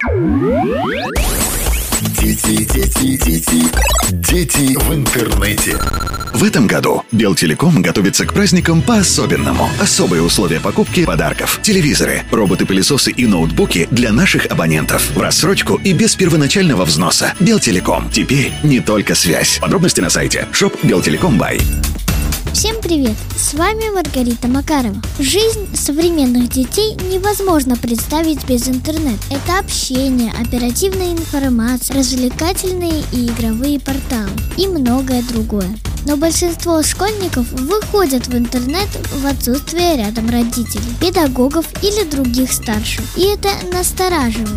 Дети в интернете. В этом году Белтелеком готовится к праздникам по-особенному. Особые условия покупки подарков: телевизоры, роботы-пылесосы и ноутбуки для наших абонентов в рассрочку и без первоначального взноса. Белтелеком. Теперь не только связь. Подробности на сайте shop Белтелеком.бай. Всем привет! С вами Маргарита Макарова. Жизнь современных детей невозможно представить без интернета. Это общение, оперативная информация, развлекательные и игровые порталы и многое другое. Но большинство школьников выходят в интернет в отсутствие рядом родителей, педагогов или других старших. И это настораживает.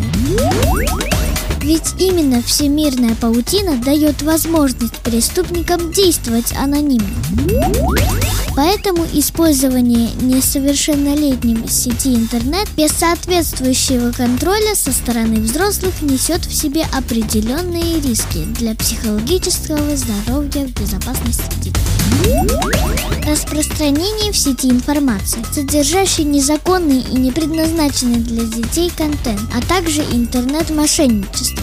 Ведь именно всемирная паутина дает возможность преступникам действовать анонимно. Поэтому использование несовершеннолетним сети интернет без соответствующего контроля со стороны взрослых несет в себе определенные риски для психологического здоровья и безопасности детей. Распространение в сети информации, содержащей незаконный и не предназначенный для детей контент, а также интернет-мошенничество.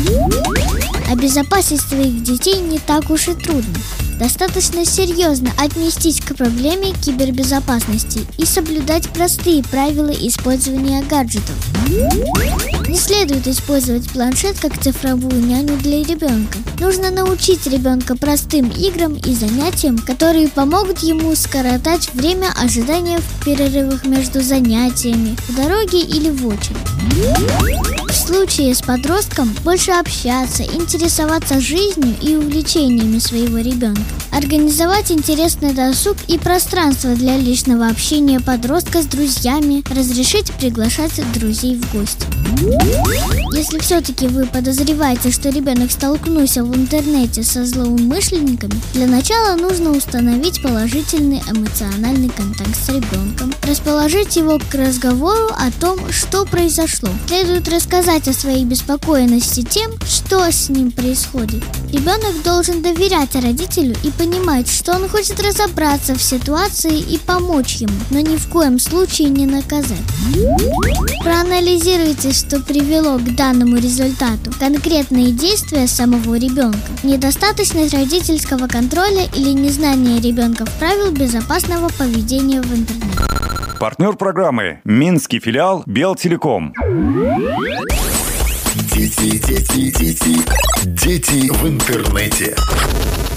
Обезопасить своих детей не так уж и трудно. Достаточно серьезно отнестись к проблеме кибербезопасности и соблюдать простые правила использования гаджетов. Не следует использовать планшет как цифровую няню для ребенка. Нужно научить ребенка простым играм и занятиям, которые помогут ему скоротать время ожидания в перерывах между занятиями, в дороге или в очереди. В случае с подростком больше общаться, интересоваться жизнью и увлечениями своего ребенка. Организовать интересный досуг и пространство для личного общения подростка с друзьями, разрешить приглашать друзей в гости. Если все-таки вы подозреваете, что ребенок столкнулся в интернете со злоумышленниками, для начала нужно установить положительный эмоциональный контакт с ребенком, расположить его к разговору о том, что произошло. Следует рассказать о своей беспокойности тем, что с ним происходит. Ребенок должен доверять родителю и понимать, что он хочет разобраться в ситуации и помочь ему, но ни в коем случае не наказать. Проанализируйте, что привело к данному результату, конкретные действия самого ребенка, недостаточность родительского контроля или незнание ребенка правил безопасного поведения в интернете. Партнер программы – Минский филиал Белтелеком. Дети в интернете.